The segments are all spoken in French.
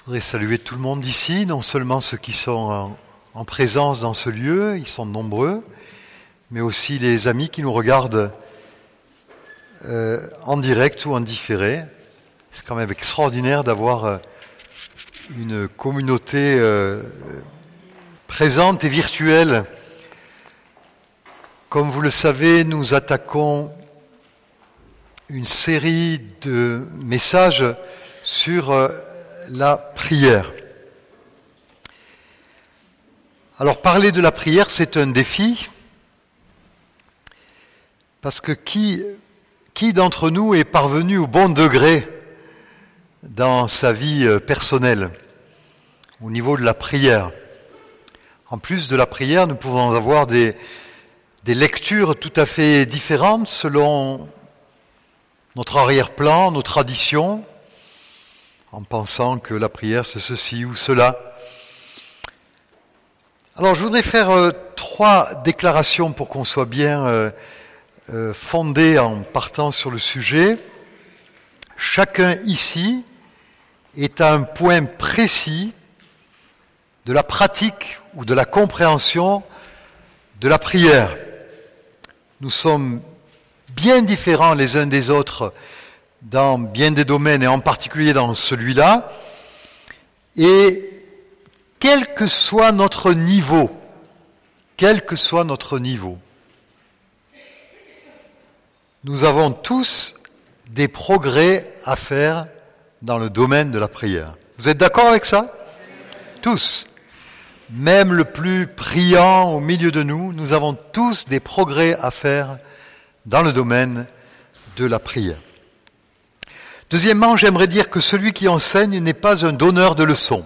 voudrais saluer tout le monde ici, non seulement ceux qui sont en présence dans ce lieu, ils sont nombreux, mais aussi les amis qui nous regardent en direct ou en différé. C'est quand même extraordinaire d'avoir une communauté présente et virtuelle. Comme vous le savez, nous attaquons une série de messages sur la prière. Alors parler de la prière, c'est un défi, parce que qui d'entre nous est parvenu au bon degré dans sa vie personnelle, au niveau de la prière? En plus de la prière, nous pouvons avoir des lectures tout à fait différentes selon notre arrière-plan, nos traditions, en pensant que la prière c'est ceci ou cela. Alors je voudrais faire 3 déclarations pour qu'on soit bien fondé en partant sur le sujet. Chacun ici est à un point précis de la pratique ou de la compréhension de la prière. Nous sommes bien différents les uns des autres dans bien des domaines et en particulier dans celui-là. Et quel que soit notre niveau, nous avons tous des progrès à faire dans le domaine de la prière. Vous êtes d'accord avec ça? Tous. Même le plus priant au milieu de nous, nous avons tous des progrès à faire dans le domaine de la prière. Deuxièmement, j'aimerais dire que celui qui enseigne n'est pas un donneur de leçons.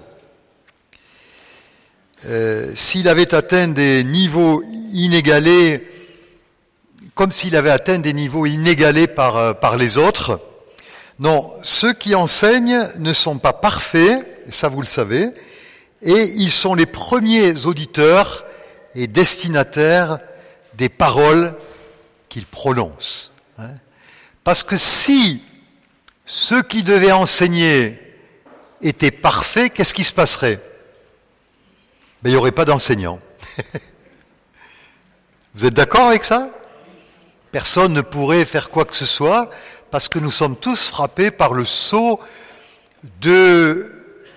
S'il avait atteint des niveaux inégalés, comme s'il avait atteint des niveaux inégalés par les autres, non, ceux qui enseignent ne sont pas parfaits, et ça vous le savez, et ils sont les premiers auditeurs et destinataires des paroles qu'ils prononcent. Parce que si ceux qui devaient enseigner étaient parfaits, qu'est-ce qui se passerait? Il n'y aurait pas d'enseignants. Vous êtes d'accord avec ça? Personne ne pourrait faire quoi que ce soit, parce que nous sommes tous frappés par le sceau de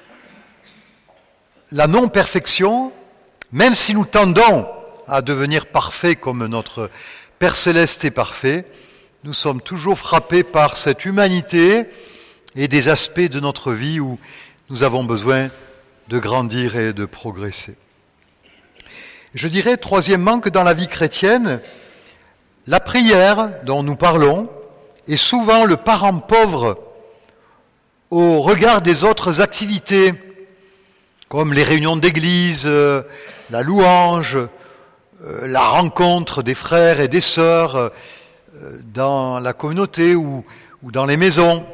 la non-perfection, même si nous tendons à devenir parfaits comme notre Père Céleste est parfait, nous sommes toujours frappés par cette humanité et des aspects de notre vie où nous avons besoin de grandir et de progresser. Je dirais, troisièmement, que dans la vie chrétienne, la prière dont nous parlons est souvent le parent pauvre au regard des autres activités, comme les réunions d'église, la louange, la rencontre des frères et des sœurs dans la communauté ou dans les maisons.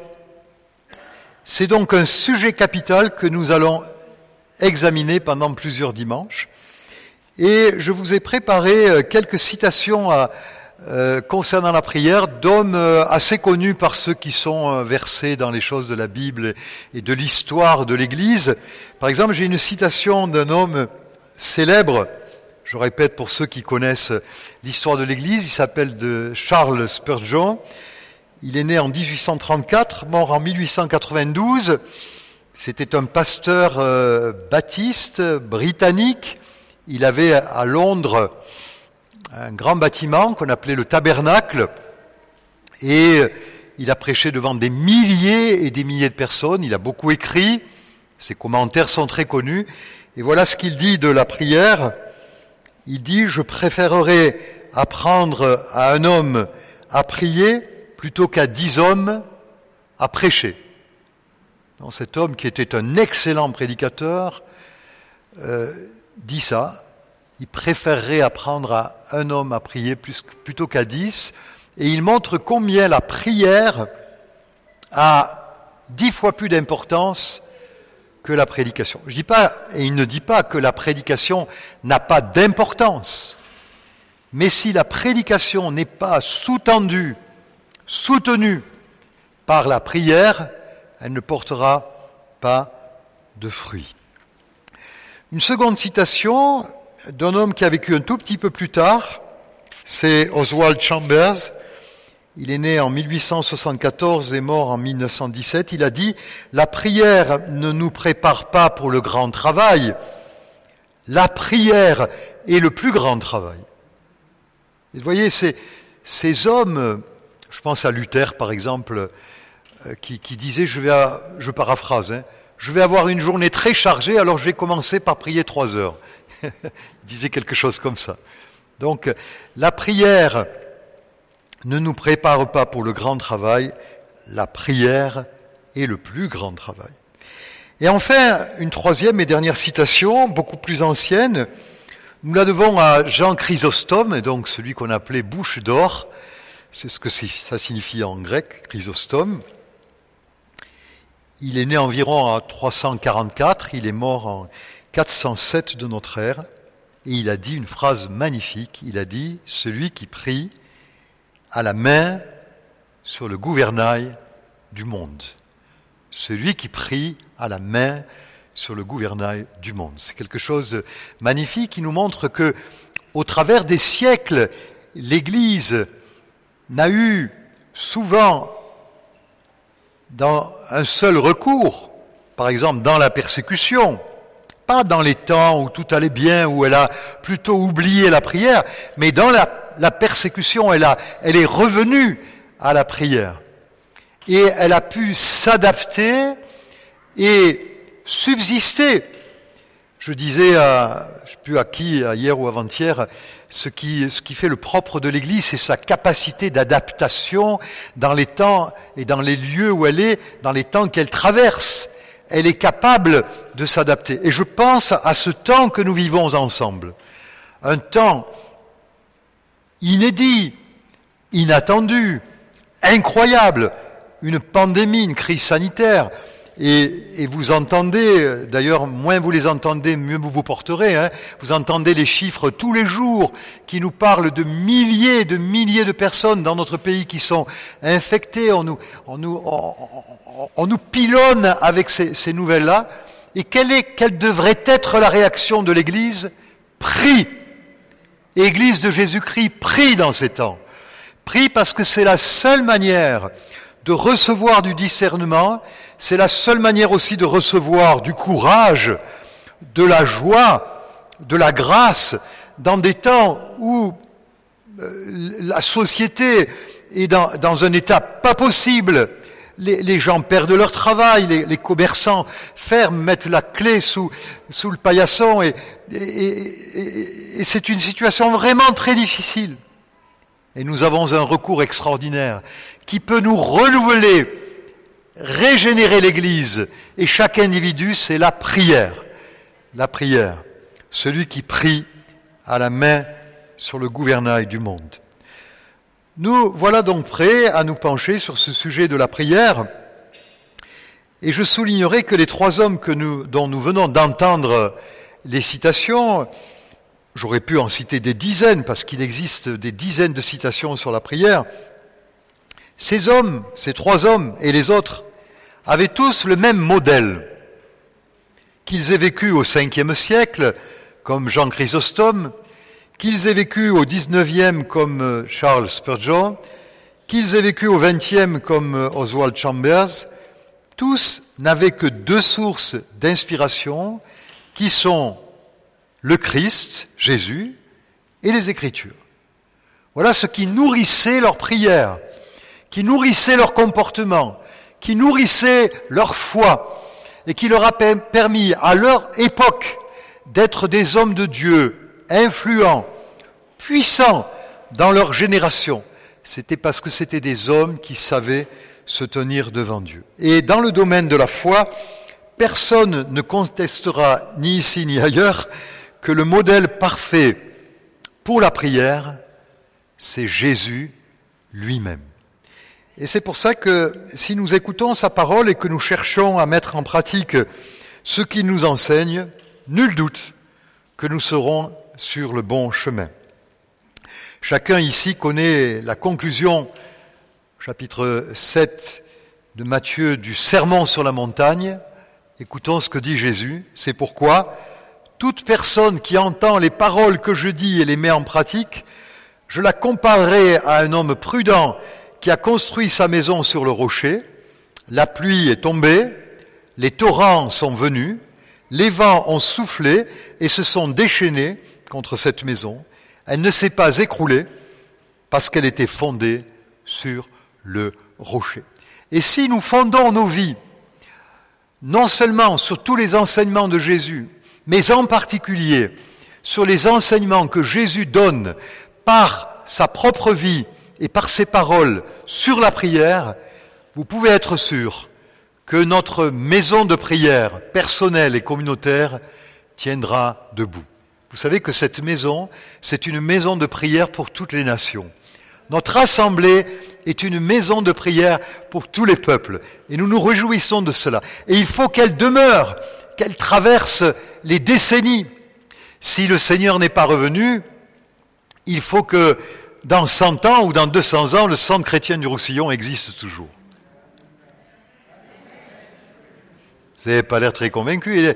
C'est donc un sujet capital que nous allons examiner pendant plusieurs dimanches. Et je vous ai préparé quelques citations concernant la prière d'hommes assez connus par ceux qui sont versés dans les choses de la Bible et de l'histoire de l'Église. Par exemple, j'ai une citation d'un homme célèbre, je répète pour ceux qui connaissent l'histoire de l'Église, il s'appelle de Charles Spurgeon. Il est né en 1834, mort en 1892. C'était un pasteur baptiste britannique. Il avait à Londres un grand bâtiment qu'on appelait le Tabernacle, et il a prêché devant des milliers et des milliers de personnes. Il a beaucoup écrit, ses commentaires sont très connus, et voilà ce qu'il dit de la prière. Il dit « Je préférerais apprendre à un homme à prier plutôt qu'à 10 hommes à prêcher. » Donc, cet homme qui était un excellent prédicateur dit ça. Il préférerait apprendre à un homme à prier plutôt qu'à 10. Et il montre combien la prière a 10 fois plus d'importance que la prédication. Je dis pas, et il ne dit pas que la prédication n'a pas d'importance. Mais si la prédication n'est pas sous-tendue, soutenue par la prière, elle ne portera pas de fruits. Une seconde citation d'un homme qui a vécu un tout petit peu plus tard, c'est Oswald Chambers. Il est né en 1874 et mort en 1917. Il a dit « La prière ne nous prépare pas pour le grand travail. La prière est le plus grand travail. » Et vous voyez, ces hommes, je pense à Luther par exemple, qui disait, je paraphrase, je vais avoir une journée très chargée, alors je vais commencer par prier 3 heures. Il disait quelque chose comme ça. Donc, la prière ne nous prépare pas pour le grand travail, la prière est le plus grand travail. Et enfin, une troisième et dernière citation, beaucoup plus ancienne, nous la devons à Jean Chrysostome, et donc celui qu'on appelait bouche d'or, c'est ce que ça signifie en grec, Chrysostome. Il est né environ en 344, il est mort en 407 de notre ère, et il a dit une phrase magnifique, il a dit « Celui qui prie a la main sur le gouvernail du monde. » Celui qui prie a la main sur le gouvernail du monde. C'est quelque chose de magnifique qui nous montre que, au travers des siècles, l'Église n'a eu souvent dans un seul recours, par exemple dans la persécution, pas dans les temps où tout allait bien, où elle a plutôt oublié la prière, mais dans la persécution, elle est revenue à la prière. Et elle a pu s'adapter et subsister. Je disais, je ne sais plus à qui, hier ou avant-hier, ce qui fait le propre de l'Église, c'est sa capacité d'adaptation dans les temps et dans les lieux où elle est, dans les temps qu'elle traverse. Elle est capable de s'adapter. Et je pense à ce temps que nous vivons ensemble. Un temps inédit, inattendu, incroyable, une pandémie, une crise sanitaire. Et vous entendez, d'ailleurs, moins vous les entendez, mieux vous vous porterez. Vous entendez les chiffres tous les jours qui nous parlent de milliers de personnes dans notre pays qui sont infectées. On nous pilonne avec ces nouvelles-là. Et quelle devrait être la réaction de l'Église ? Prie. Église de Jésus-Christ, prie dans ces temps. Prie parce que c'est la seule manière de recevoir du discernement, c'est la seule manière aussi de recevoir du courage, de la joie, de la grâce, dans des temps où la société est dans un état pas possible. Les gens perdent leur travail, les commerçants ferment, mettent la clé sous le paillasson, et c'est une situation vraiment très difficile. Et nous avons un recours extraordinaire qui peut nous renouveler, régénérer l'Église. Et chaque individu, c'est la prière. La prière. Celui qui prie a la main sur le gouvernail du monde. Nous voilà donc prêts à nous pencher sur ce sujet de la prière. Et je soulignerai que les 3 hommes dont nous venons d'entendre les citations, j'aurais pu en citer des dizaines, parce qu'il existe des dizaines de citations sur la prière. Ces hommes, ces 3 hommes et les autres, avaient tous le même modèle. Qu'ils aient vécu au 5e siècle, comme Jean Chrysostome, qu'ils aient vécu au 19e comme Charles Spurgeon, qu'ils aient vécu au 20e comme Oswald Chambers, tous n'avaient que 2 sources d'inspiration, qui sont le Christ, Jésus, et les Écritures. Voilà ce qui nourrissait leur prière, qui nourrissait leur comportement, qui nourrissait leur foi, et qui leur a permis, à leur époque, d'être des hommes de Dieu, influents, puissants dans leur génération. C'était parce que c'était des hommes qui savaient se tenir devant Dieu. Et dans le domaine de la foi, personne ne contestera, ni ici ni ailleurs, que le modèle parfait pour la prière, c'est Jésus lui-même. Et c'est pour ça que si nous écoutons sa parole et que nous cherchons à mettre en pratique ce qu'il nous enseigne, nul doute que nous serons sur le bon chemin. Chacun ici connaît la conclusion, chapitre 7 de Matthieu, du Sermon sur la montagne, Écoutons ce que dit Jésus. C'est pourquoi toute personne qui entend les paroles que je dis et les met en pratique, je la comparerai à un homme prudent qui a construit sa maison sur le rocher. La pluie est tombée, les torrents sont venus, les vents ont soufflé et se sont déchaînés contre cette maison. Elle ne s'est pas écroulée parce qu'elle était fondée sur le rocher. Et si nous fondons nos vies, non seulement sur tous les enseignements de Jésus, mais en particulier sur les enseignements que Jésus donne par sa propre vie et par ses paroles sur la prière, vous pouvez être sûr que notre maison de prière personnelle et communautaire tiendra debout. Vous savez que cette maison, c'est une maison de prière pour toutes les nations. Notre assemblée est une maison de prière pour tous les peuples. Et nous nous réjouissons de cela. Et il faut qu'elle demeure, qu'elle traverse les décennies. Si le Seigneur n'est pas revenu, il faut que dans 100 ans ou dans 200 ans, le centre chrétien du Roussillon existe toujours. Vous n'avez pas l'air très convaincu.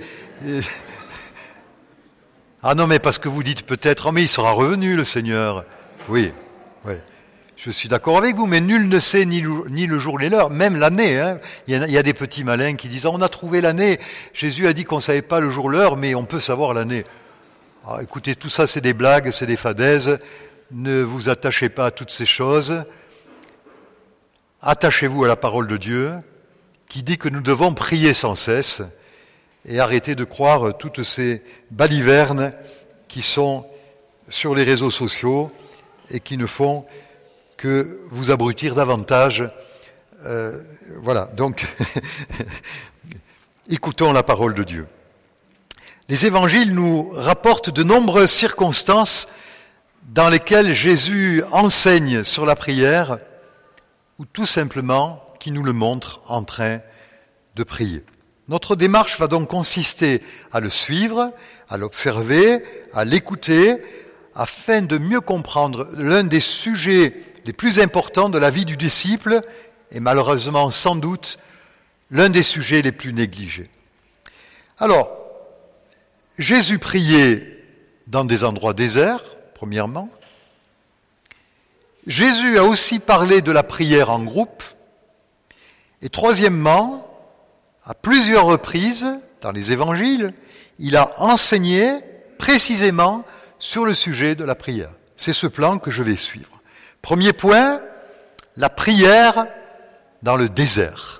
Ah non, mais parce que vous dites peut-être, oh mais il sera revenu le Seigneur. Oui, oui. Je suis d'accord avec vous, mais nul ne sait ni le jour ni l'heure, même l'année. Hein. Il y a des petits malins qui disent, on a trouvé l'année. Jésus a dit qu'on ne savait pas le jour, l'heure, mais on peut savoir l'année. Ah, écoutez, tout ça c'est des blagues, c'est des fadaises. Ne vous attachez pas à toutes ces choses. Attachez-vous à la parole de Dieu, qui dit que nous devons prier sans cesse et arrêter de croire toutes ces balivernes qui sont sur les réseaux sociaux et qui ne font que vous abrutir davantage. Voilà, donc écoutons la parole de Dieu. Les évangiles nous rapportent de nombreuses circonstances dans lesquelles Jésus enseigne sur la prière ou tout simplement qui nous le montre en train de prier. Notre démarche va donc consister à le suivre, à l'observer, à l'écouter, afin de mieux comprendre l'un des sujets les plus importants de la vie du disciple, et malheureusement sans doute l'un des sujets les plus négligés. Alors, Jésus priait dans des endroits déserts, premièrement. Jésus a aussi parlé de la prière en groupe. Et troisièmement, à plusieurs reprises, dans les évangiles, il a enseigné précisément sur le sujet de la prière. C'est ce plan que je vais suivre. Premier point, la prière dans le désert.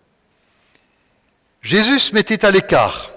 Jésus se mettait à l'écart.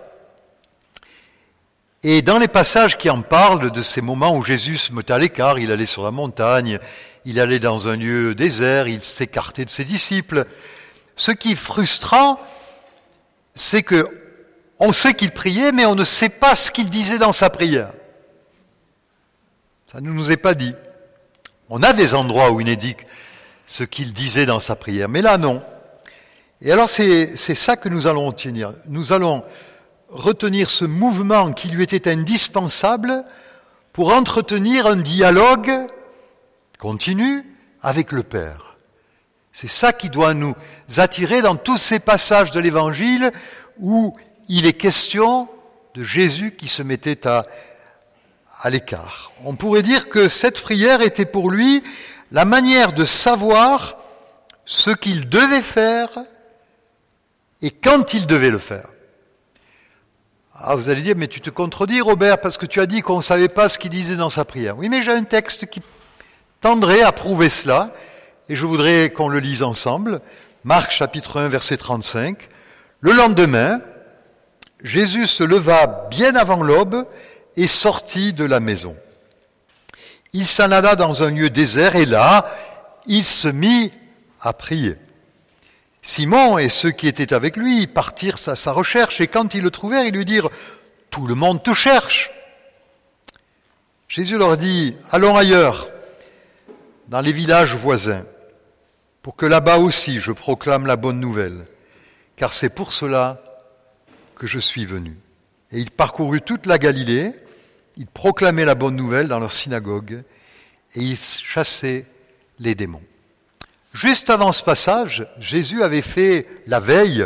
Et dans les passages qui en parlent de ces moments où Jésus se mettait à l'écart, il allait sur la montagne, il allait dans un lieu désert, il s'écartait de ses disciples. Ce qui est frustrant, c'est que on sait qu'il priait, mais on ne sait pas ce qu'il disait dans sa prière. Ça ne nous est pas dit. On a des endroits où il est dit ce qu'il disait dans sa prière, mais là non. Et alors c'est ça que nous allons retenir. Nous allons retenir ce mouvement qui lui était indispensable pour entretenir un dialogue continu avec le Père. C'est ça qui doit nous attirer dans tous ces passages de l'Évangile où il est question de Jésus qui se mettait à l'écart. On pourrait dire que cette prière était pour lui la manière de savoir ce qu'il devait faire et quand il devait le faire. Ah, vous allez dire, mais tu te contredis, Robert, parce que tu as dit qu'on ne savait pas ce qu'il disait dans sa prière. Oui, mais j'ai un texte qui tendrait à prouver cela, et je voudrais qu'on le lise ensemble. Marc chapitre 1, verset 35. Le lendemain, Jésus se leva bien avant l'aube et sortit de la maison. Il s'en alla dans un lieu désert et là, il se mit à prier. Simon et ceux qui étaient avec lui partirent à sa recherche et quand ils le trouvèrent, ils lui dirent « Tout le monde te cherche !» Jésus leur dit « Allons ailleurs, dans les villages voisins, pour que là-bas aussi je proclame la bonne nouvelle, car c'est pour cela que je suis venu. » Et il parcourut toute la Galilée, il proclamait la bonne nouvelle dans leur synagogue et il chassait les démons. Juste avant ce passage, Jésus avait fait la veille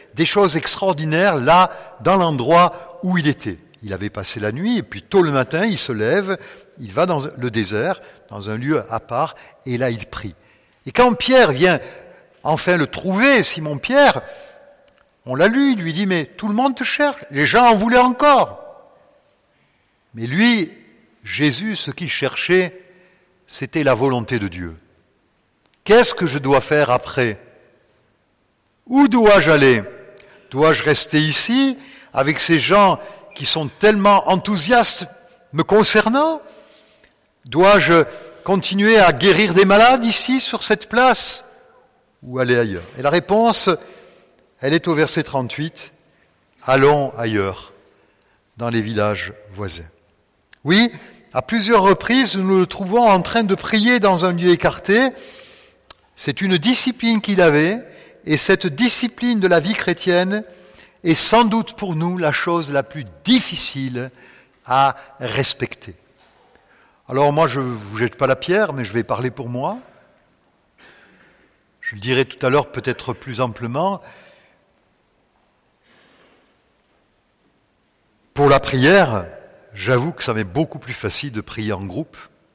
des choses extraordinaires là, dans l'endroit où il était. Il avait passé la nuit et puis tôt le matin, il se lève, il va dans le désert, dans un lieu à part, et là il prie. Et quand Pierre vient enfin le trouver, Simon-Pierre, on l'a lu, il lui dit « Mais tout le monde te cherche, les gens en voulaient encore ». Mais lui, Jésus, ce qu'il cherchait, c'était la volonté de Dieu. Qu'est-ce que je dois faire après ? Où dois-je aller ? Dois-je rester ici avec ces gens qui sont tellement enthousiastes me concernant ? Dois-je continuer à guérir des malades ici, sur cette place ? Ou aller ailleurs ? Et la réponse, elle est au verset 38. Allons ailleurs, dans les villages voisins. Oui, à plusieurs reprises, nous le trouvons en train de prier dans un lieu écarté. C'est une discipline qu'il avait, et cette discipline de la vie chrétienne est sans doute pour nous la chose la plus difficile à respecter. Alors moi, je ne vous jette pas la pierre, mais je vais parler pour moi. Je le dirai tout à l'heure peut-être plus amplement. Pour la prière, j'avoue que ça m'est beaucoup plus facile de prier en groupe.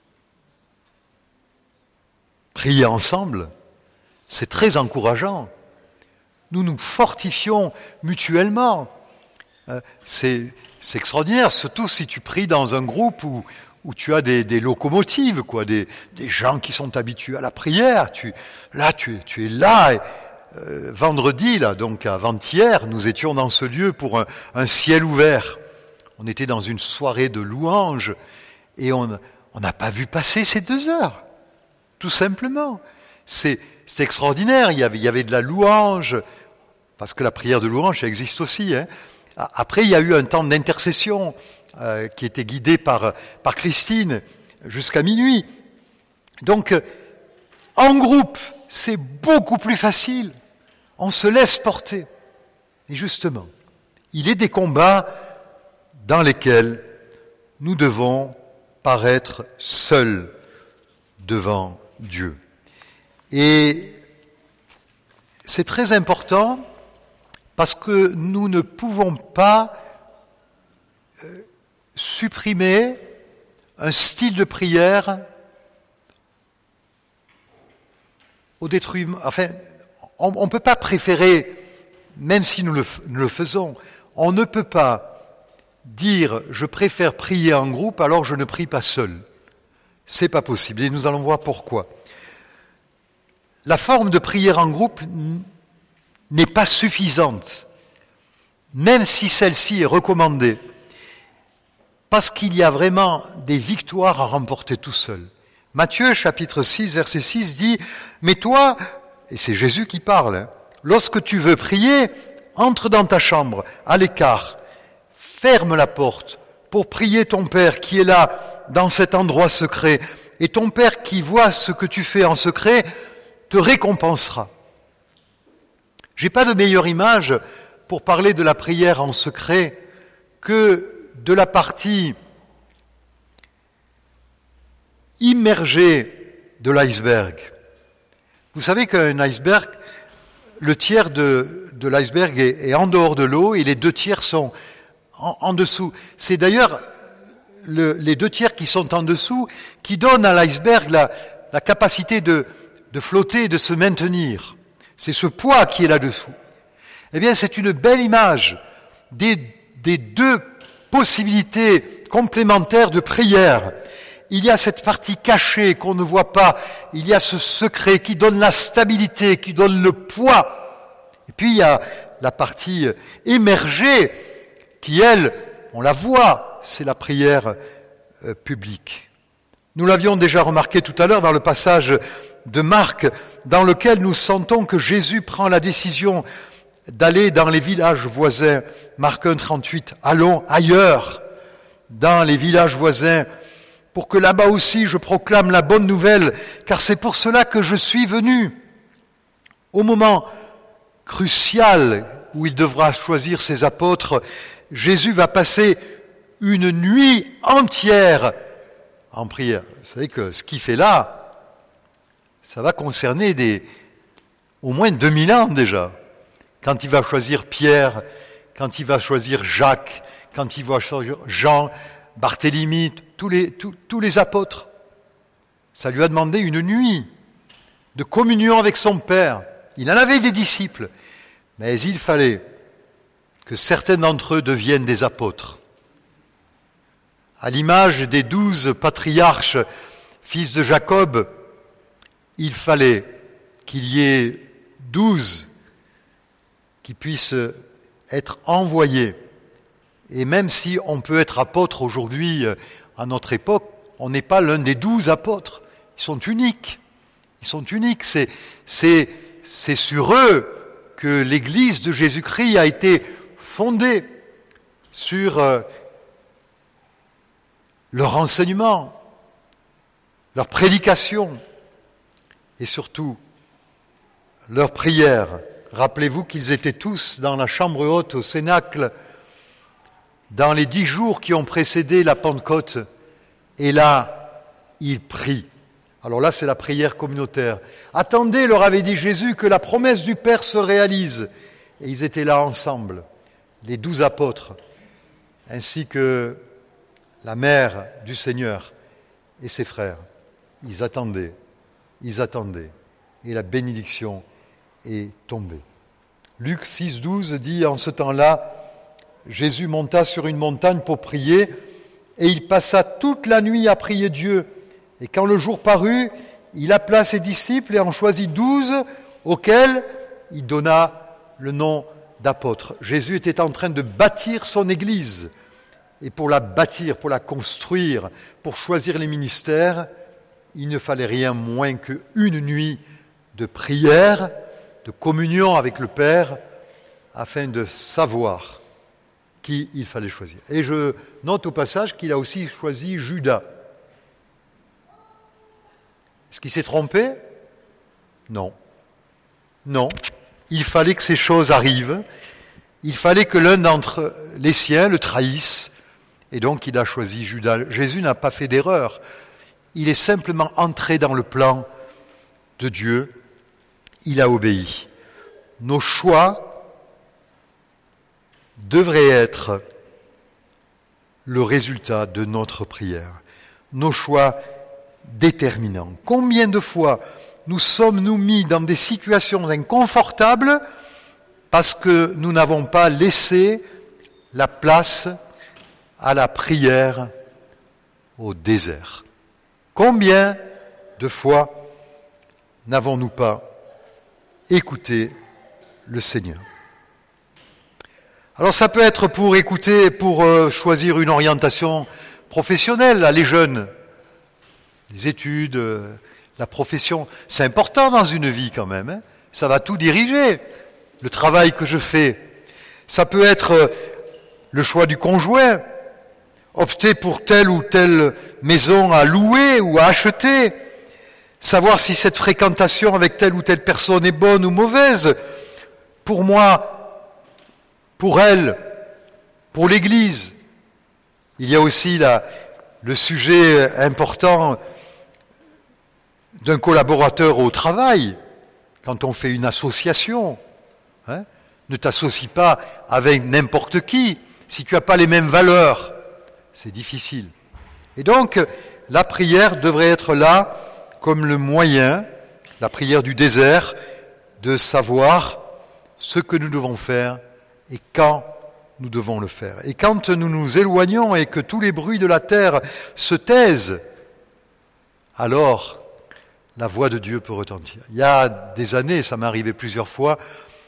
Prier ensemble, c'est très encourageant. Nous nous fortifions mutuellement. C'est extraordinaire, surtout si tu pries dans un groupe où tu as des locomotives, quoi, des gens qui sont habitués à la prière. Tu es là. Et, vendredi, là, donc avant-hier, nous étions dans ce lieu pour un ciel ouvert. On était dans une soirée de louanges et on n'a pas vu passer ces 2 heures, tout simplement. C'est extraordinaire, il y avait de la louange, parce que la prière de louange, ça existe aussi. Hein. Après, il y a eu un temps d'intercession qui était guidé par Christine jusqu'à minuit. Donc, en groupe, c'est beaucoup plus facile. On se laisse porter. Et justement, il est des combats dans lesquels nous devons paraître seuls devant Dieu. Et c'est très important parce que nous ne pouvons pas supprimer un style de prière au détriment. Enfin, on ne peut pas préférer, même si nous le faisons, on ne peut pas dire « je préfère prier en groupe alors je ne prie pas seul ». C'est pas possible et nous allons voir pourquoi. La forme de prière en groupe n'est pas suffisante, même si celle-ci est recommandée, parce qu'il y a vraiment des victoires à remporter tout seul. Matthieu, chapitre 6, verset 6 dit « Mais toi, et c'est Jésus qui parle, hein, lorsque tu veux prier, entre dans ta chambre, à l'écart, ferme la porte pour prier ton Père qui est là, dans cet endroit secret, et ton Père qui voit ce que tu fais en secret, te récompensera. » J'ai pas de meilleure image pour parler de la prière en secret que de la partie immergée de l'iceberg. Vous savez qu'un iceberg, le tiers de l'iceberg est en dehors de l'eau et les 2 tiers sont en dessous. C'est d'ailleurs les 2 tiers qui sont en dessous qui donnent à l'iceberg la capacité de flotter et de se maintenir. C'est ce poids qui est là-dessous. Eh bien, c'est une belle image des 2 possibilités complémentaires de prière. Il y a cette partie cachée qu'on ne voit pas. Il y a ce secret qui donne la stabilité, qui donne le poids. Et puis, il y a la partie émergée qui, elle, on la voit, c'est la prière publique. Nous l'avions déjà remarqué tout à l'heure dans le passage de Marc, dans lequel nous sentons que Jésus prend la décision d'aller dans les villages voisins. Marc 1, 38, allons ailleurs, dans les villages voisins, pour que là-bas aussi je proclame la bonne nouvelle, car c'est pour cela que je suis venu. Au moment crucial où il devra choisir ses apôtres, Jésus va passer une nuit entière en prière. Vous savez que ce qu'il fait là, ça va concerner au moins 2000 ans déjà. quand il va choisir Pierre, quand il va choisir Jacques, quand il va choisir Jean, Barthélemy, tous les apôtres. Ça lui a demandé une nuit de communion avec son Père. Il en avait des disciples, mais il fallait que certains d'entre eux deviennent des apôtres. À l'image des 12 patriarches, fils de Jacob, il fallait qu'il y ait 12 qui puissent être envoyés. Et même si on peut être apôtre aujourd'hui, à notre époque, on n'est pas l'un des 12 apôtres. Ils sont uniques. Ils sont uniques. C'est sur eux que l'Église de Jésus-Christ a été fondée, sur leur enseignement, leur prédication et surtout leur prière. Rappelez-vous qu'ils étaient tous dans la chambre haute au Cénacle dans les 10 jours qui ont précédé la Pentecôte. Et là, ils prient. Alors là, c'est la prière communautaire. Attendez, leur avait dit Jésus, que la promesse du Père se réalise. Et ils étaient là ensemble, les 12 apôtres, ainsi que la mère du Seigneur et ses frères. Ils attendaient. Et la bénédiction est tombée. Luc 6,12 dit, en ce temps-là, Jésus monta sur une montagne pour prier, et il passa toute la nuit à prier Dieu. Et quand le jour parut, il appela ses disciples et en choisit 12, auxquels il donna le nom d'apôtres. Jésus était en train de bâtir son Église. Et pour la bâtir, pour la construire, pour choisir les ministères, il ne fallait rien moins qu'une nuit de prière, de communion avec le Père, afin de savoir qui il fallait choisir. Et je note au passage qu'il a aussi choisi Judas. Est-ce qu'il s'est trompé ? Non. Non. Il fallait que ces choses arrivent. Il fallait que l'un d'entre les siens le trahisse. Et donc il a choisi Judas. Jésus n'a pas fait d'erreur. Il est simplement entré dans le plan de Dieu. Il a obéi. Nos choix devrait être le résultat de notre prière. Nos choix déterminants. Combien de fois nous sommes-nous mis dans des situations inconfortables parce que nous n'avons pas laissé la place à la prière au désert? Combien de fois n'avons-nous pas écouté le Seigneur? Alors ça peut être pour écouter, pour choisir une orientation professionnelle, les jeunes, les études, la profession. C'est important dans une vie quand même, hein. Ça va tout diriger, le travail que je fais. Ça peut être le choix du conjoint, opter pour telle ou telle maison à louer ou à acheter, savoir si cette fréquentation avec telle ou telle personne est bonne ou mauvaise, pour moi, pour elle, pour l'Église. Il y a aussi le sujet important d'un collaborateur au travail, quand on fait une association. Hein, ne t'associe pas avec n'importe qui. Si tu n'as pas les mêmes valeurs, c'est difficile. Et donc, la prière devrait être là comme le moyen, la prière du désert, de savoir ce que nous devons faire et quand nous devons le faire. Et quand nous nous éloignons et que tous les bruits de la terre se taisent, alors la voix de Dieu peut retentir. Il y a des années, ça m'est arrivé plusieurs fois,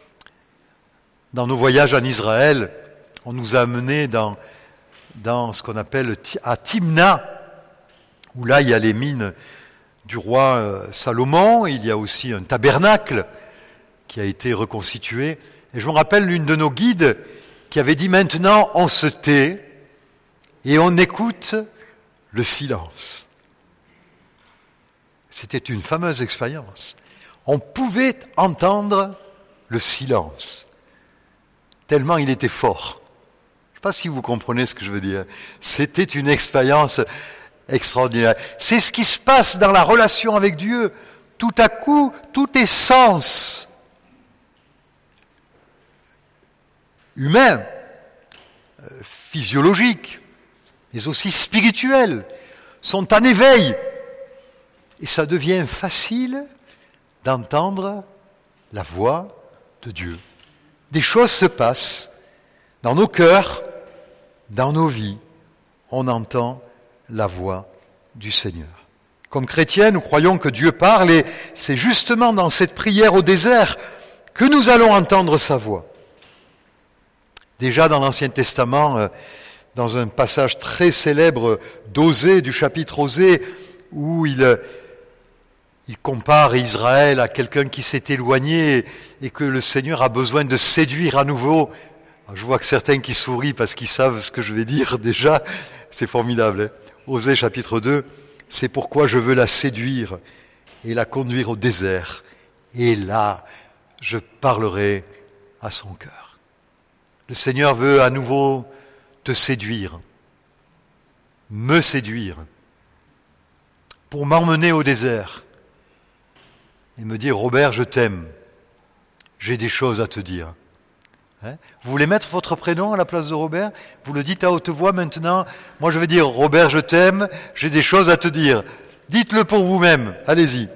dans nos voyages en Israël, on nous a amenés dans ce qu'on appelle à Timna, où là il y a les mines du roi Salomon, il y a aussi un tabernacle qui a été reconstitué. Et je me rappelle l'une de nos guides qui avait dit, maintenant on se tait et on écoute le silence. C'était une fameuse expérience. On pouvait entendre le silence, tellement il était fort. Je ne sais pas si vous comprenez ce que je veux dire. C'était une expérience extraordinaire. C'est ce qui se passe dans la relation avec Dieu. Tout à coup, tout est sens. humains, physiologiques, mais aussi spirituels, sont en éveil. Et ça devient facile d'entendre la voix de Dieu. Des choses se passent dans nos cœurs, dans nos vies. On entend la voix du Seigneur. Comme chrétiens, nous croyons que Dieu parle et c'est justement dans cette prière au désert que nous allons entendre sa voix. Déjà dans l'Ancien Testament, dans un passage très célèbre d'Osée, du chapitre Osée, où il compare Israël à quelqu'un qui s'est éloigné et que le Seigneur a besoin de séduire à nouveau. Je vois que certains qui sourient parce qu'ils savent ce que je vais dire déjà, c'est formidable. Hein. Osée chapitre 2, c'est pourquoi je veux la séduire et la conduire au désert. Et là, je parlerai à son cœur. Le Seigneur veut à nouveau te séduire, me séduire, pour m'emmener au désert et me dire, Robert, je t'aime, j'ai des choses à te dire. Hein? Vous voulez mettre votre prénom à la place de Robert? Vous le dites à haute voix maintenant. Moi je vais dire, Robert, je t'aime, j'ai des choses à te dire. Dites-le pour vous-même, allez-y.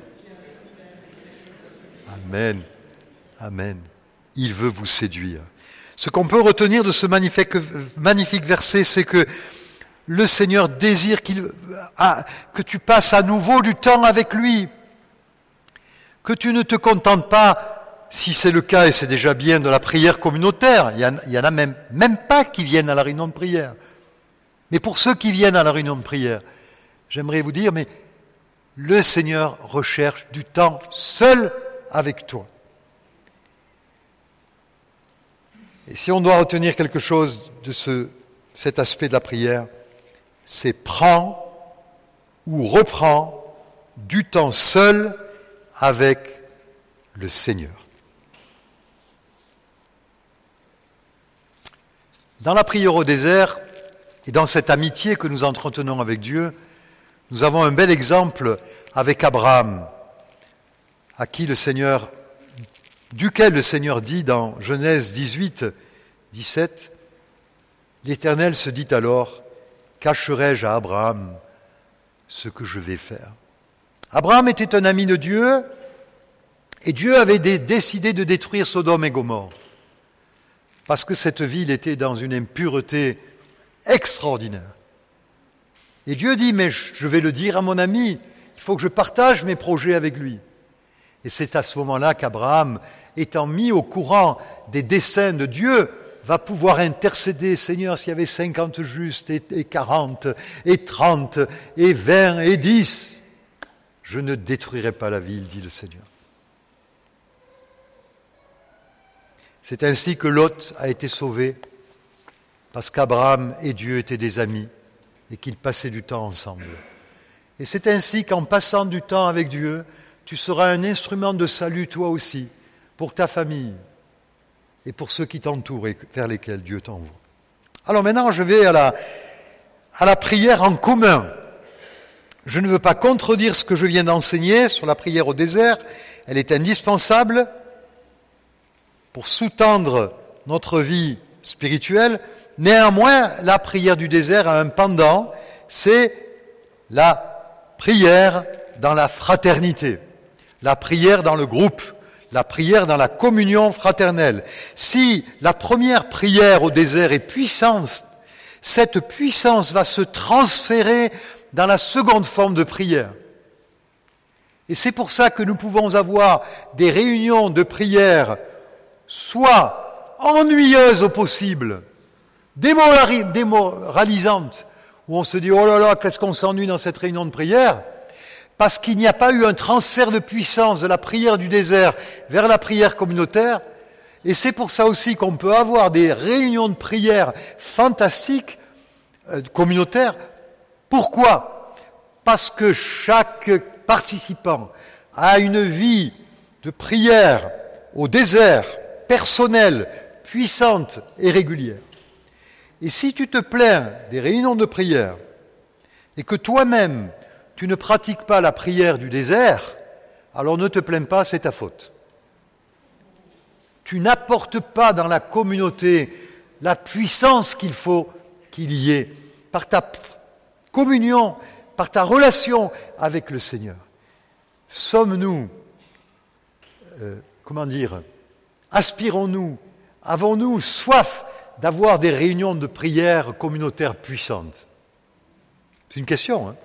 Amen, amen. Il veut vous séduire. Ce qu'on peut retenir de ce magnifique verset, c'est que le Seigneur désire que tu passes à nouveau du temps avec lui, que tu ne te contentes pas, si c'est le cas, et c'est déjà bien, de la prière communautaire. Il y en a même pas qui viennent à la réunion de prière. Mais pour ceux qui viennent à la réunion de prière, j'aimerais vous dire, mais le Seigneur recherche du temps seul avec toi. Et si on doit retenir quelque chose de cet aspect de la prière, c'est prends ou reprends du temps seul avec le Seigneur. Dans la prière au désert et dans cette amitié que nous entretenons avec Dieu, nous avons un bel exemple avec Abraham, duquel le Seigneur dit dans Genèse 18, 17, « L'Éternel se dit alors, cacherai-je à Abraham ce que je vais faire ?» Abraham était un ami de Dieu et Dieu avait décidé de détruire Sodome et Gomorrhe parce que cette ville était dans une impureté extraordinaire. Et Dieu dit, mais je vais le dire à mon ami, il faut que je partage mes projets avec lui. Et c'est à ce moment-là qu'Abraham, étant mis au courant des desseins de Dieu, va pouvoir intercéder, Seigneur, s'il y avait 50 justes et 40 et 30 et 20 et 10, je ne détruirai pas la ville, dit le Seigneur. C'est ainsi que Lot a été sauvé, parce qu'Abraham et Dieu étaient des amis et qu'ils passaient du temps ensemble. Et c'est ainsi qu'en passant du temps avec Dieu, tu seras un instrument de salut toi aussi, pour ta famille et pour ceux qui t'entourent et vers lesquels Dieu t'envoie. Alors maintenant, je vais à la prière en commun. Je ne veux pas contredire ce que je viens d'enseigner sur la prière au désert. Elle est indispensable pour sous-tendre notre vie spirituelle. Néanmoins, la prière du désert a un pendant, c'est la prière dans la fraternité, la prière dans le groupe, la prière dans la communion fraternelle. Si la première prière au désert est puissante, cette puissance va se transférer dans la seconde forme de prière. Et c'est pour ça que nous pouvons avoir des réunions de prière soit ennuyeuses au possible, démoralisantes, où on se dit « Oh là là, qu'est-ce qu'on s'ennuie dans cette réunion de prière ?» parce qu'il n'y a pas eu un transfert de puissance de la prière du désert vers la prière communautaire. Et c'est pour ça aussi qu'on peut avoir des réunions de prière fantastiques, communautaires. Pourquoi ? Parce que chaque participant a une vie de prière au désert, personnelle, puissante et régulière. Et si tu te plains des réunions de prière et que toi-même, tu ne pratiques pas la prière du désert, alors ne te plains pas, c'est ta faute. Tu n'apportes pas dans la communauté la puissance qu'il faut qu'il y ait par ta communion, par ta relation avec le Seigneur. Sommes-nous, aspirons-nous, avons-nous soif d'avoir des réunions de prière communautaires puissantes? C'est une question, hein?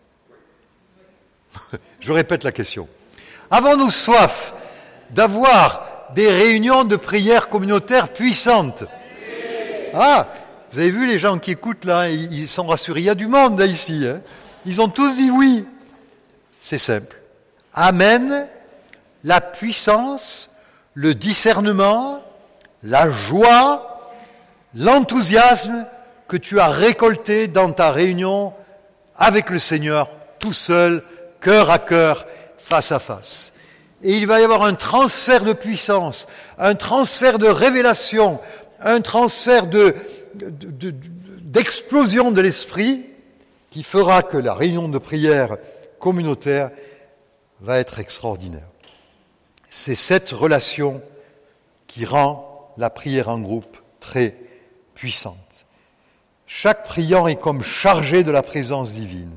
Je répète la question. Avons-nous soif d'avoir des réunions de prière communautaires puissantes? Ah, vous avez vu les gens qui écoutent là, ils sont rassurés. Il y a du monde là ici. Hein? Ils ont tous dit oui. C'est simple. Amen. La puissance, le discernement, la joie, l'enthousiasme que tu as récolté dans ta réunion avec le Seigneur, tout seul, cœur à cœur, face à face. Et il va y avoir un transfert de puissance, un transfert de révélation, un transfert d'explosion de l'esprit qui fera que la réunion de prière communautaire va être extraordinaire. C'est cette relation qui rend la prière en groupe très puissante. Chaque priant est comme chargé de la présence divine.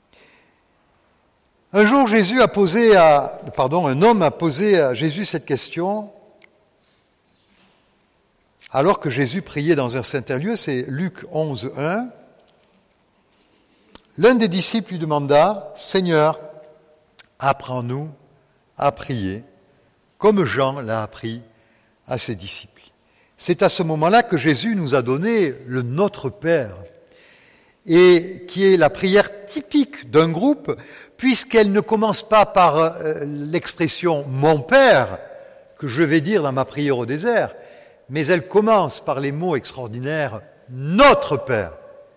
Un jour, un homme a posé à Jésus cette question, alors que Jésus priait dans un certain lieu, c'est Luc 11, 1. L'un des disciples lui demanda, « Seigneur, apprends-nous à prier, comme Jean l'a appris à ses disciples. » C'est à ce moment-là que Jésus nous a donné le Notre Père, et qui est la prière typique d'un groupe, puisqu'elle ne commence pas par l'expression « mon Père » que je vais dire dans ma prière au désert, mais elle commence par les mots extraordinaires « Notre Père ».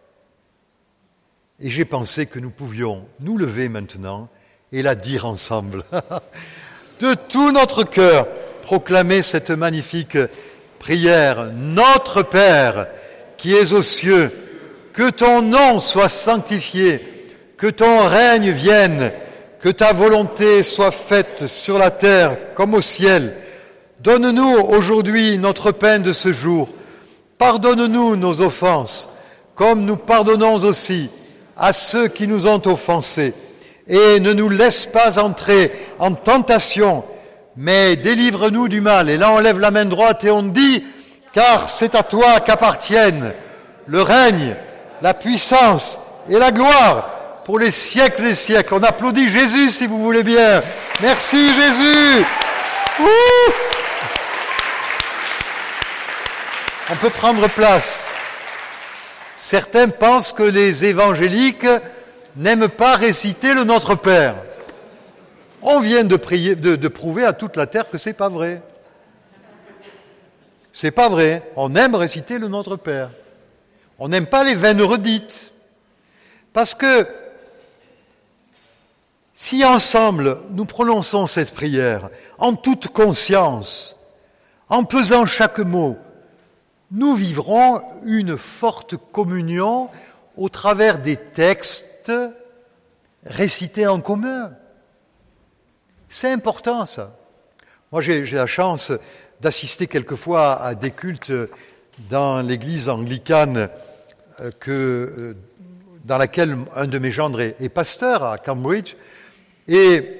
Et j'ai pensé que nous pouvions nous lever maintenant et la dire ensemble. De tout notre cœur, proclamer cette magnifique prière. Notre Père, qui es aux cieux, que ton nom soit sanctifié, que ton règne vienne, que ta volonté soit faite sur la terre comme au ciel. Donne-nous aujourd'hui notre pain de ce jour. Pardonne-nous nos offenses, comme nous pardonnons aussi à ceux qui nous ont offensés. Et ne nous laisse pas entrer en tentation, mais délivre-nous du mal. Et là, on lève la main droite et on dit, car c'est à toi qu'appartiennent le règne, la puissance et la gloire pour les siècles des siècles. On applaudit Jésus, si vous voulez bien. Merci Jésus. Ouh. On peut prendre place. Certains pensent que les évangéliques n'aiment pas réciter le Notre Père. On vient de prouver à toute la terre que c'est pas vrai. C'est pas vrai. On aime réciter le Notre Père. On n'aime pas les vaines redites. Parce que si ensemble nous prononçons cette prière en toute conscience, en pesant chaque mot, nous vivrons une forte communion au travers des textes récités en commun. C'est important, ça. Moi, j'ai la chance d'assister quelquefois à des cultes dans l'église anglicane dans laquelle un de mes gendres est pasteur à Cambridge. Et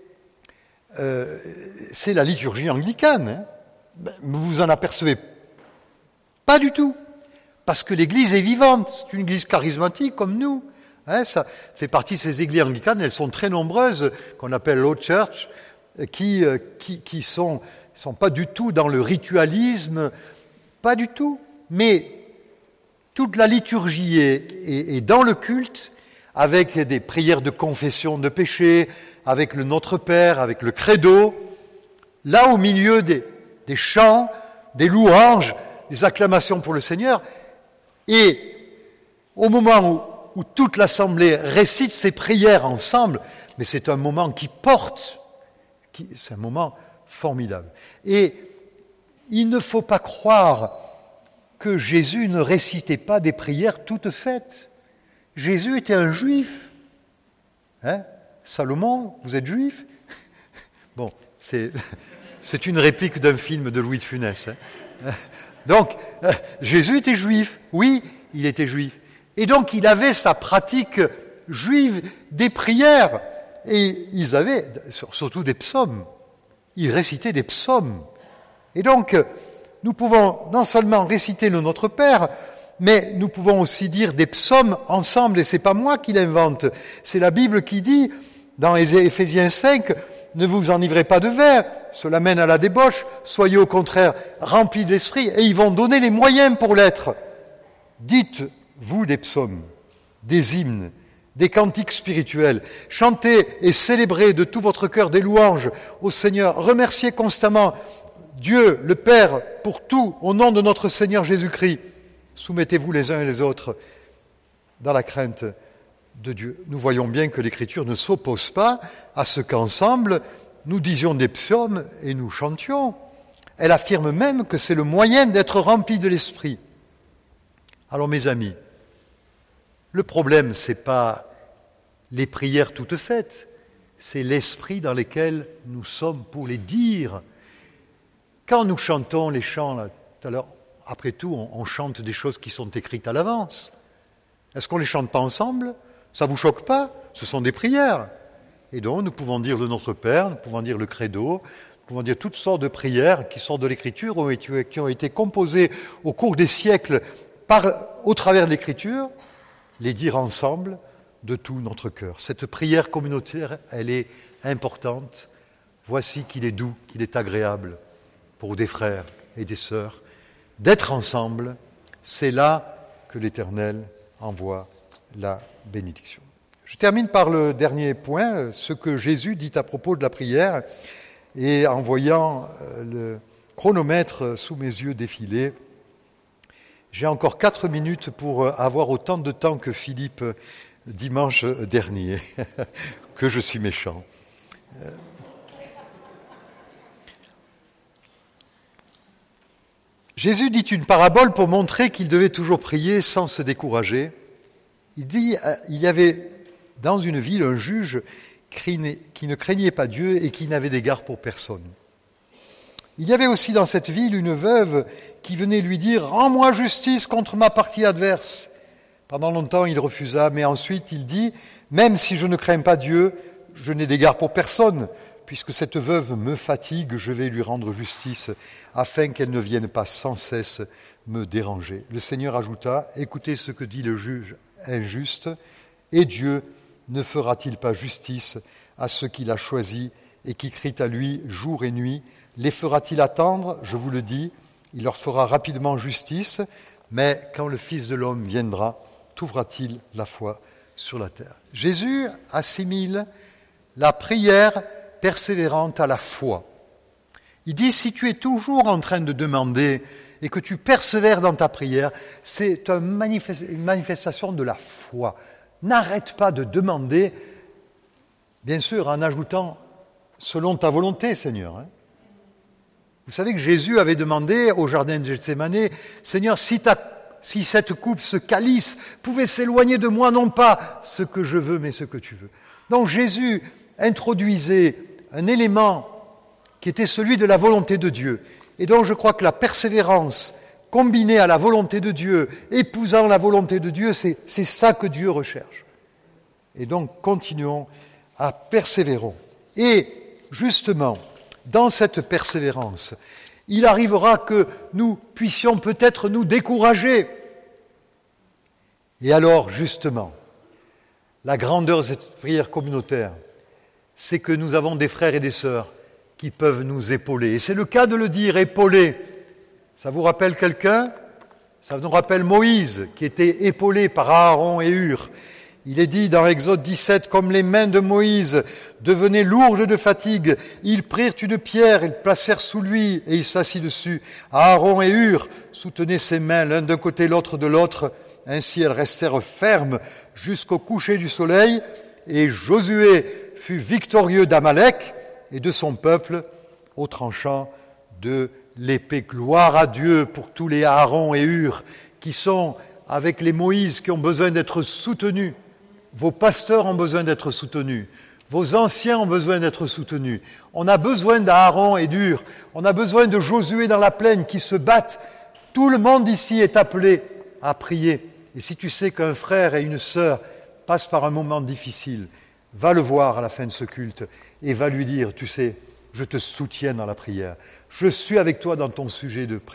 c'est la liturgie anglicane. Hein. Vous vous en apercevez pas du tout, parce que l'Église est vivante, c'est une Église charismatique comme nous. Hein, ça fait partie de ces églises anglicanes, elles sont très nombreuses, qu'on appelle Low Church, qui sont pas du tout dans le ritualisme, pas du tout. Mais toute la liturgie est dans le culte, avec des prières de confession de péché, avec le Notre Père, avec le Credo, là au milieu des chants, des louanges, des acclamations pour le Seigneur, et au moment où toute l'assemblée récite ses prières ensemble, mais c'est un moment qui porte, c'est un moment formidable. Et il ne faut pas croire que Jésus ne récitait pas des prières toutes faites. Jésus était un juif. Hein? Salomon, vous êtes juif? Bon, c'est une réplique d'un film de Louis de Funès. Hein? Donc, Jésus était juif. Oui, il était juif. Et donc, il avait sa pratique juive des prières. Et ils avaient surtout des psaumes. Ils récitaient des psaumes. Et donc, nous pouvons non seulement réciter le Notre Père, mais nous pouvons aussi dire des psaumes ensemble. Et c'est pas moi qui l'invente. C'est la Bible qui dit, dans Éphésiens 5, ne vous enivrez pas de vin, cela mène à la débauche, soyez au contraire remplis de l'esprit, et ils vont donner les moyens pour l'être. Dites-vous des psaumes, des hymnes, des cantiques spirituels, chantez et célébrez de tout votre cœur des louanges au Seigneur, remerciez constamment Dieu, le Père, pour tout, au nom de notre Seigneur Jésus-Christ. Soumettez-vous les uns et les autres dans la crainte de Dieu. Nous voyons bien que l'Écriture ne s'oppose pas à ce qu'ensemble nous disions des psaumes et nous chantions. Elle affirme même que c'est le moyen d'être rempli de l'Esprit. Alors mes amis, le problème, ce n'est pas les prières toutes faites, c'est l'esprit dans lequel nous sommes pour les dire. Quand nous chantons les chants, là, tout à l'heure, après tout, on chante des choses qui sont écrites à l'avance. Est-ce qu'on ne les chante pas ensemble ? Ça ne vous choque pas ? Ce sont des prières. Et donc, nous pouvons dire le Notre Père, nous pouvons dire le Credo, nous pouvons dire toutes sortes de prières qui sortent de l'Écriture, qui ont été composées au cours des siècles au travers de l'Écriture, les dire ensemble de tout notre cœur. Cette prière communautaire, elle est importante. Voici qu'il est doux, qu'il est agréable pour des frères et des sœurs. D'être ensemble, c'est là que l'Éternel envoie la bénédiction. Je termine par le dernier point, ce que Jésus dit à propos de la prière, et en voyant le chronomètre sous mes yeux défiler, j'ai encore 4 minutes pour avoir autant de temps que Philippe dimanche dernier, que je suis méchant. Jésus dit une parabole pour montrer qu'il devait toujours prier sans se décourager. Il dit, il y avait dans une ville un juge qui ne craignait pas Dieu et qui n'avait d'égard pour personne. Il y avait aussi dans cette ville une veuve qui venait lui dire « Rends-moi justice contre ma partie adverse ». Pendant longtemps, il refusa, mais ensuite il dit « Même si je ne crains pas Dieu, je n'ai d'égard pour personne. Puisque cette veuve me fatigue, je vais lui rendre justice, afin qu'elle ne vienne pas sans cesse me déranger. » Le Seigneur ajouta « Écoutez ce que dit le juge injuste, et Dieu ne fera-t-il pas justice à ceux qu'il a choisis et qui crient à lui jour et nuit? Les fera-t-il attendre? Je vous le dis, il leur fera rapidement justice, mais quand le Fils de l'homme viendra, trouvera-t-il la foi sur la terre? » Jésus assimile la prière persévérante à la foi. Il dit, si tu es toujours en train de demander et que tu persévères dans ta prière, c'est une manifestation de la foi. N'arrête pas de demander, bien sûr en ajoutant « selon ta volonté, Seigneur ». Vous savez que Jésus avait demandé au jardin de Gethsémani, « Seigneur, si cette coupe, ce calice, pouvait s'éloigner de moi, non pas ce que je veux, mais ce que tu veux. » Donc Jésus introduisait un élément qui était celui de la volonté de Dieu. Et donc je crois que la persévérance combinée à la volonté de Dieu, épousant la volonté de Dieu, c'est ça que Dieu recherche. Et donc continuons à persévérer. Et justement, dans cette persévérance, il arrivera que nous puissions peut-être nous décourager. Et alors, justement, la grandeur de cette prière communautaire, c'est que nous avons des frères et des sœurs qui peuvent nous épauler. Et c'est le cas de le dire, épauler. Ça vous rappelle quelqu'un ? Ça nous rappelle Moïse, qui était épaulé par Aaron et Hur. Il est dit dans Exode 17, comme les mains de Moïse devenaient lourdes de fatigue, ils prirent une pierre, ils placèrent sous lui et il s'assit dessus. Aaron et Hur soutenaient ses mains l'un d'un côté, l'autre de l'autre. Ainsi elles restèrent fermes jusqu'au coucher du soleil. Et Josué fut victorieux d'Amalek et de son peuple au tranchant de l'épée. Gloire à Dieu pour tous les Aaron et Hur qui sont avec les Moïse qui ont besoin d'être soutenus. Vos pasteurs ont besoin d'être soutenus. Vos anciens ont besoin d'être soutenus. On a besoin d'Aaron et d'Hur. On a besoin de Josué dans la plaine qui se battent Tout le monde ici est appelé à prier. Et si tu sais qu'un frère et une sœur passent par un moment difficile, va le voir à la fin de ce culte et va lui dire, tu sais, je te soutiens dans la prière. Je suis avec toi dans ton sujet de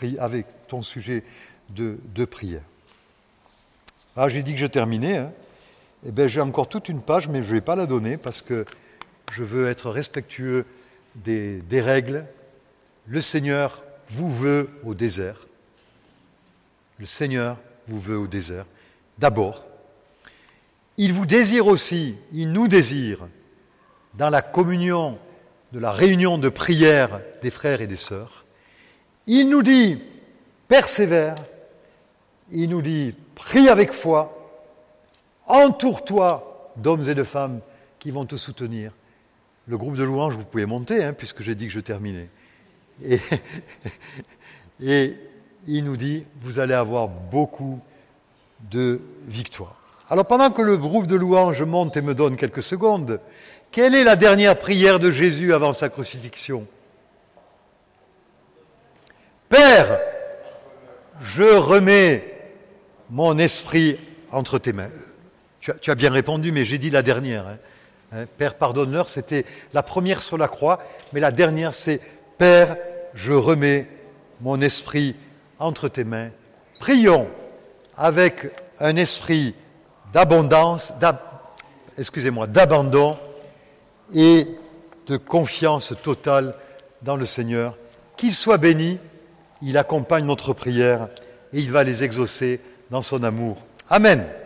prière. Ah, j'ai dit que je terminais. Hein. Eh bien, j'ai encore toute une page, mais je ne vais pas la donner parce que je veux être respectueux des règles. Le Seigneur vous veut au désert. Le Seigneur vous veut au désert. D'abord, il vous désire aussi, il nous désire dans la communion, de la réunion de prière des frères et des sœurs. Il nous dit, persévère, il nous dit, prie avec foi, entoure-toi d'hommes et de femmes qui vont te soutenir. Le groupe de louanges, vous pouvez monter, hein, puisque j'ai dit que je terminais. Et il nous dit, vous allez avoir beaucoup de victoires. Alors pendant que le groupe de louanges monte et me donne quelques secondes, quelle est la dernière prière de Jésus avant sa crucifixion ? Père, je remets mon esprit entre tes mains. Tu as bien répondu, mais j'ai dit la dernière. Hein. Père, pardonne-leur, c'était la première sur la croix, mais la dernière, c'est Père, je remets mon esprit entre tes mains. Prions avec un esprit d'abondance, d'abandon et de confiance totale dans le Seigneur. Qu'il soit béni, il accompagne notre prière et il va les exaucer dans son amour. Amen.